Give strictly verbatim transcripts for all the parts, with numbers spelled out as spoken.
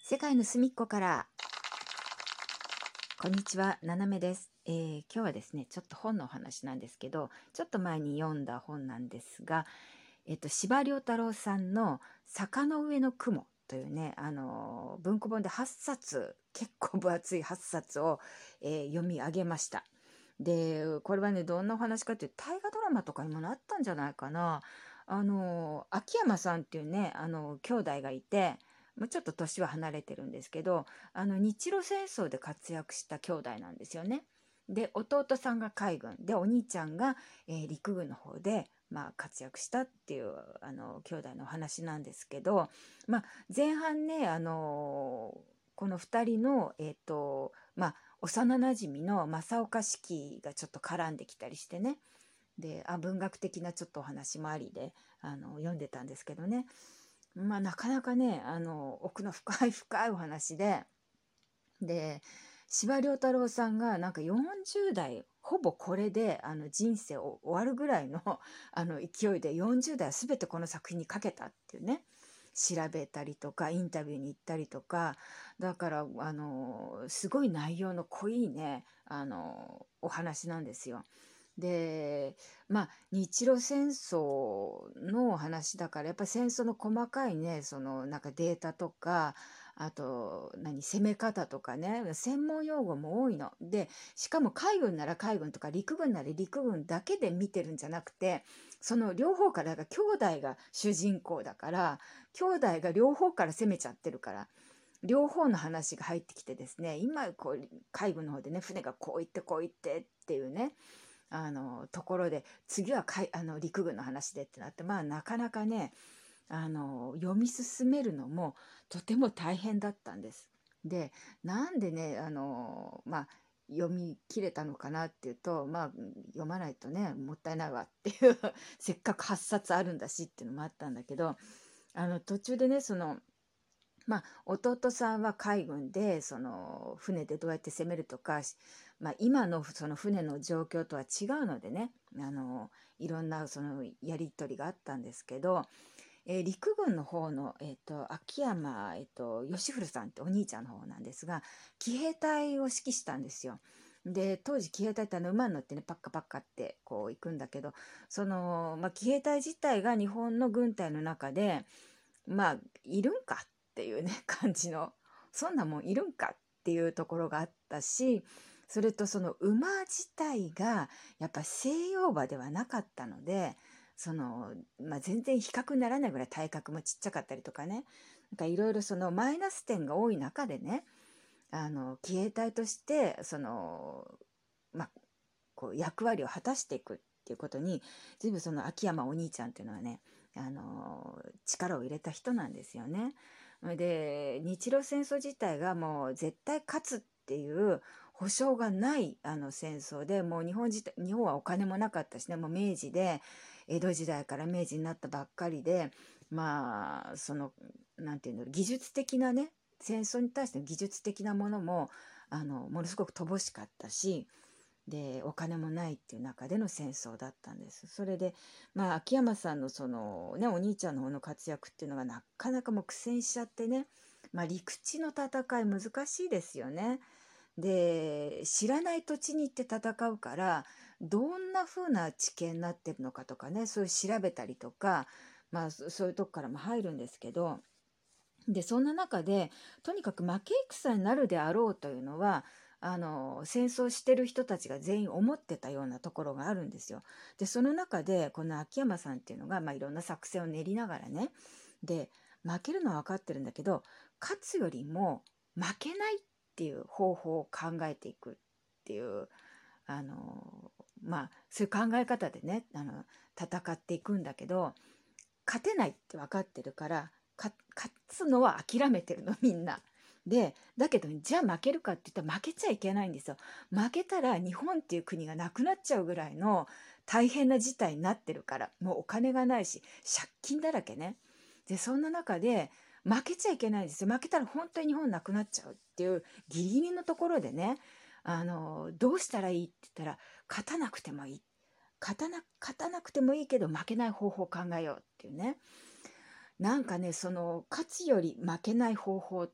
世界の隅っこから。こんにちは、ななめです。えー今日はですね、ちょっと本のお話なんですけど、ちょっと前に読んだ本なんですが、えっと、司馬遼太郎さんの坂の上の雲というね、あのー文庫本ではっさつ、結構分厚いはっさつを、えー読み上げました。で、これはね、どんなお話かっていうと、大河ドラマとかにもなったんじゃないかな。あのー秋山さんっていうね、あの兄弟がいて、まあちょっと年は離れてるんですけど、あの日露戦争で活躍した兄弟なんですよね。で、弟さんが海軍で、お兄ちゃんが、えー陸軍の方で、まあ、活躍したっていうあの兄弟のお話なんですけど、まあ、前半ね、あのこのふたりの、えーとまあ、幼なじみの正岡子規がちょっと絡んできたりしてね。で、あ、文学的なちょっとお話もありであの読んでたんですけどね。まあ、なかなかね、あの奥の深い深いお話で、で司馬遼太郎さんがなんかよんじゅう代ほぼこれであの人生を終わるぐらいのあの勢いでよんじゅう代は全てこの作品にかけたっていうね、調べたりとかインタビューに行ったりとか、だからあのすごい内容の濃いね、あのお話なんですよ。で、まあ日露戦争の話だから、やっぱり戦争の細かいね、そのなんかデータとか、あと何攻め方とかね、専門用語も多いので、しかも海軍なら海軍とか陸軍なら陸軍だけで見てるんじゃなくて、その両方から、だから兄弟が主人公だから、兄弟が両方から攻めちゃってるから、両方の話が入ってきてですね、今こう海軍の方でね、船がこう行ってこう行ってっていうね、あのところで、次は海あの陸軍の話でってなって、まあなかなかね、あの読み進めるのもとても大変だったんです。で、なんでね、あのまあ読み切れたのかなっていうと、まあ読まないとねもったいないわっていうせっかくはっさつあるんだしっていうのもあったんだけど、あの途中でね、そのまあ、弟さんは海軍でその船でどうやって攻めるとか、まあ、今のその船の状況とは違うのでね、あのいろんなそのやり取りがあったんですけど、えー陸軍の方の、えーと、秋山、えーと、義古さんってお兄ちゃんの方なんですが、騎兵隊を指揮したんですよ。で、当時騎兵隊ってあの馬に乗ってね、パッカパッカってこう行くんだけど、その、まあ、騎兵隊自体が日本の軍隊の中で、まあいるんかっていうね感じの、そんなもんいるんかっていうところがあったし、それとその馬自体がやっぱ西洋馬ではなかったので、その、まあ、全然比較にならないぐらい体格もちっちゃかったりとかね、なんかいろいろそのマイナス点が多い中でね、あの騎兵隊としてその、まあ、こう役割を果たしていくっていうことに、随分その秋山お兄ちゃんっていうのはね、あの力を入れた人なんですよね。で、日露戦争自体がもう絶対勝つっていう保証がないあの戦争で、もう日本自体日本はお金もなかったしね、もう明治で、江戸時代から明治になったばっかりで、まあそのなんていうの、技術的なね、戦争に対しての技術的なものもあのものすごく乏しかったし、でお金もないっていう中での戦争だったんです。それで、まあ、秋山さんのその、ね、お兄ちゃんの方の活躍っていうのがなかなかもう苦戦しちゃってね、まあ、陸地の戦い難しいですよね。で、知らない土地に行って戦うから、どんな風な地形になってるのかとかね、そういう調べたりとか、まあ、そそういうとこからも入るんですけど、で、そんな中で、とにかく負け戦になるであろうというのは、あの、戦争してる人たちが全員思ってたようなところがあるんですよ。で、その中で、この秋山さんっていうのが、まあ、いろんな作戦を練りながらね、で、負けるのは分かってるんだけど、勝つよりも負けないっていう方法を考えていくっていう、あの、まあ、そういう考え方でね、あの、戦っていくんだけど、勝てないって分かってるから、か勝つのは諦めてるのみんな。でだけど、じゃあ負けるかって言ったら負けちゃいけないんですよ。負けたら日本っていう国がなくなっちゃうぐらいの大変な事態になってるから、もうお金がないし借金だらけね。でそんな中で負けちゃいけないんですよ。負けたら本当に日本なくなっちゃうっていうギリギリのところでね、あのどうしたらいいって言ったら、勝たなくてもいい、勝たな勝たなくてもいいけど負けない方法を考えようっていうね。なんかね、その勝つより負けない方法っ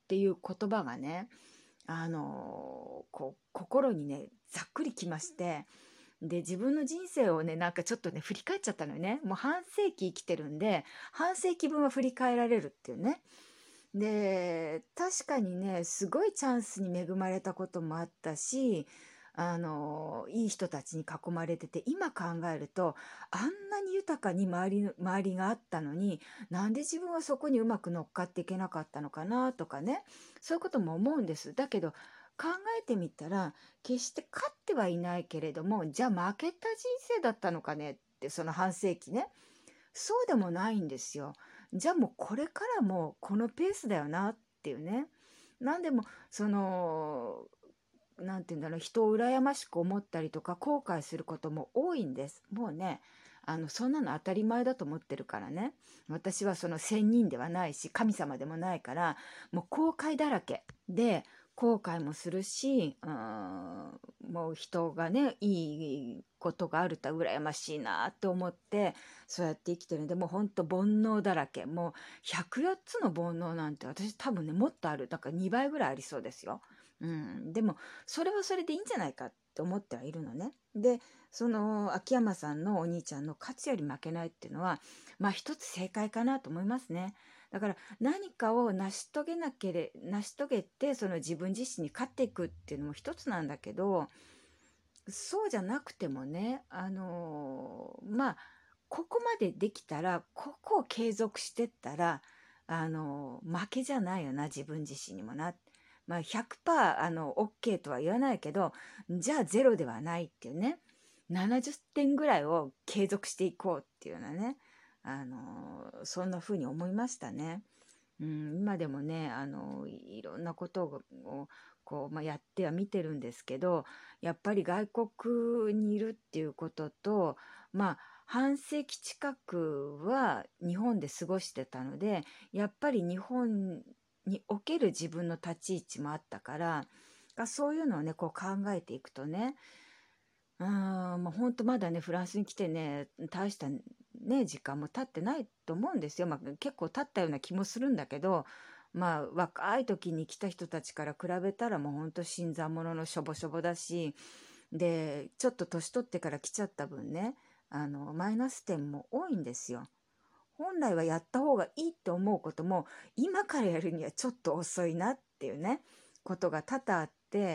っていう言葉がね、あのこう心にねざっくりきまして、で自分の人生をねなんかちょっとね振り返っちゃったのよね。もう半世紀生きてるんで半世紀分は振り返られるっていうね。で確かにねすごいチャンスに恵まれたこともあったし、あのいい人たちに囲まれてて、今考えるとあんなに豊かに周りの周りがあったのに、なんで自分はそこにうまく乗っかっていけなかったのかなとかね、そういうことも思うんです。だけど考えてみたら、決して勝ってはいないけれども、じゃあ負けた人生だったのかねって、その半世紀ね、そうでもないんですよ。じゃあもうこれからもこのペースだよなっていうね。なんでもそのなんて言うんだろう、人を羨ましく思ったりとか後悔することも多いんです。もうね、あのそんなの当たり前だと思ってるからね。私はその仙人ではないし神様でもないから、もう後悔だらけで、後悔もするし、うーん、もう人がねいいことがあると羨ましいなって思って、そうやって生きてるんで、もうほんと煩悩だらけ。もうひゃくよっつの煩悩なんて私多分ねもっとある。だからにばいぐらいありそうですよ。うん、でもそれはそれでいいんじゃないかって思ってはいるのね。で、その秋山さんのお兄ちゃんの勝つより負けないっていうのは、まあ一つ正解かなと思いますね。だから何かを成し遂げなけれ成し遂げて、その自分自身に勝っていくっていうのも一つなんだけど、そうじゃなくてもね、あのーまあここまでできたら、ここを継続してったら、あのー負けじゃないよな自分自身にもな。まあひゃくパーセントあの OK とは言わないけど、じゃあゼロではないっていうね、ななじゅってんぐらいを継続していこうっていうようなね、あのーそんな風に思いましたね。うん、今でもね、あの、いろんなことをこう、まあ、やっては見てるんですけど、やっぱり外国にいるっていうことと、まあ、半世紀近くは日本で過ごしてたので、やっぱり日本における自分の立ち位置もあったから、がそういうのをね、こう考えていくとね、うーん、もうほんとまだね、フランスに来てね、大したね、時間も経ってないと思うんですよ。まあ、結構経ったような気もするんだけど、まあ、若い時に来た人たちから比べたらもうほんと新参者のしょぼしょぼだし、で、ちょっと年取ってから来ちゃった分ね、あの、マイナス点も多いんですよ。本来はやった方がいいって思うことも、今からやるにはちょっと遅いなっていうね、ことが多々あって、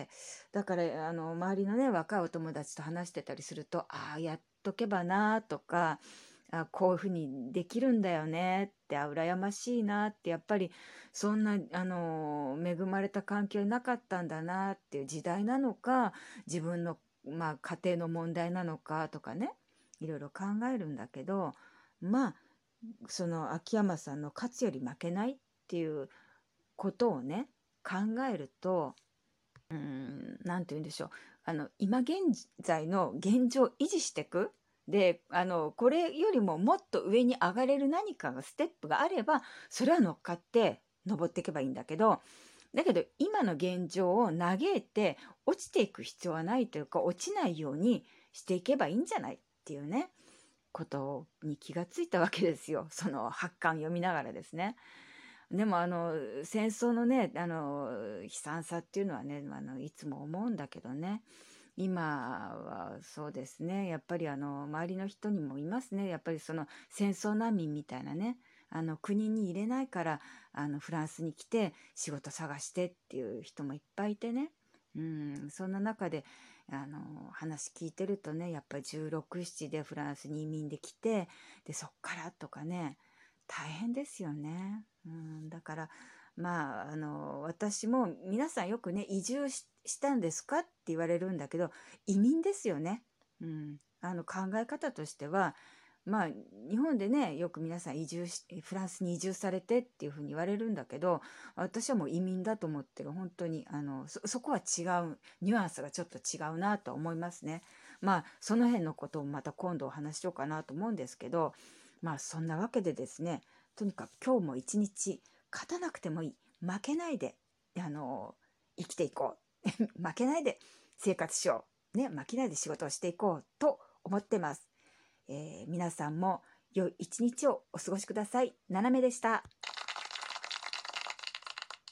だからあの周りのね若いお友達と話してたりすると、ああやっとけばなとか、あこういうふうにできるんだよねって、あ羨ましいなって、やっぱりそんなあの恵まれた環境になかったんだなっていう時代なのか、自分の、まあ、家庭の問題なのかとかね、いろいろ考えるんだけど、まあその秋山さんの勝つより負けないっていうことをね考えると、うーん、なんて言うんでしょう。あの、今現在の現状を維持していく。で、あの、これよりももっと上に上がれる何かがステップがあれば、それは乗っかって登っていけばいいんだけど、だけど今の現状を嘆いて落ちていく必要はないというか、落ちないようにしていけばいいんじゃないっていうね、ことに気がついたわけですよ。その発刊読みながらですね。でもあの戦争のねあの悲惨さっていうのはね、あのいつも思うんだけどね、今はそうですね、やっぱりあの周りの人にもいますね、やっぱりその戦争難民みたいなね、あの国に入れないからあのフランスに来て仕事探してっていう人もいっぱいいてね、うん、そんな中であの話聞いてるとね、やっぱりじゅうろく、ななでフランスに移民で来て、でそっからとかね、大変ですよね。うん、だからまああの私も皆さんよくね移住し、したんですかって言われるんだけど、移民ですよね。うん、あの考え方としては、まあ日本でねよく皆さん移住しフランスに移住されてっていうふうに言われるんだけど、私はもう移民だと思ってる。本当にあの そ, そこは違う、ニュアンスがちょっと違うなと思いますね。まあその辺のことをまた今度お話ししようかなと思うんですけど、まあそんなわけでですね、とにかく今日も一日勝たなくてもいい、負けないであの生きていこう負けないで生活しよう、ね、負けないで仕事をしていこうと思ってます。えー皆さんも良い一日をお過ごしください。ななめでした。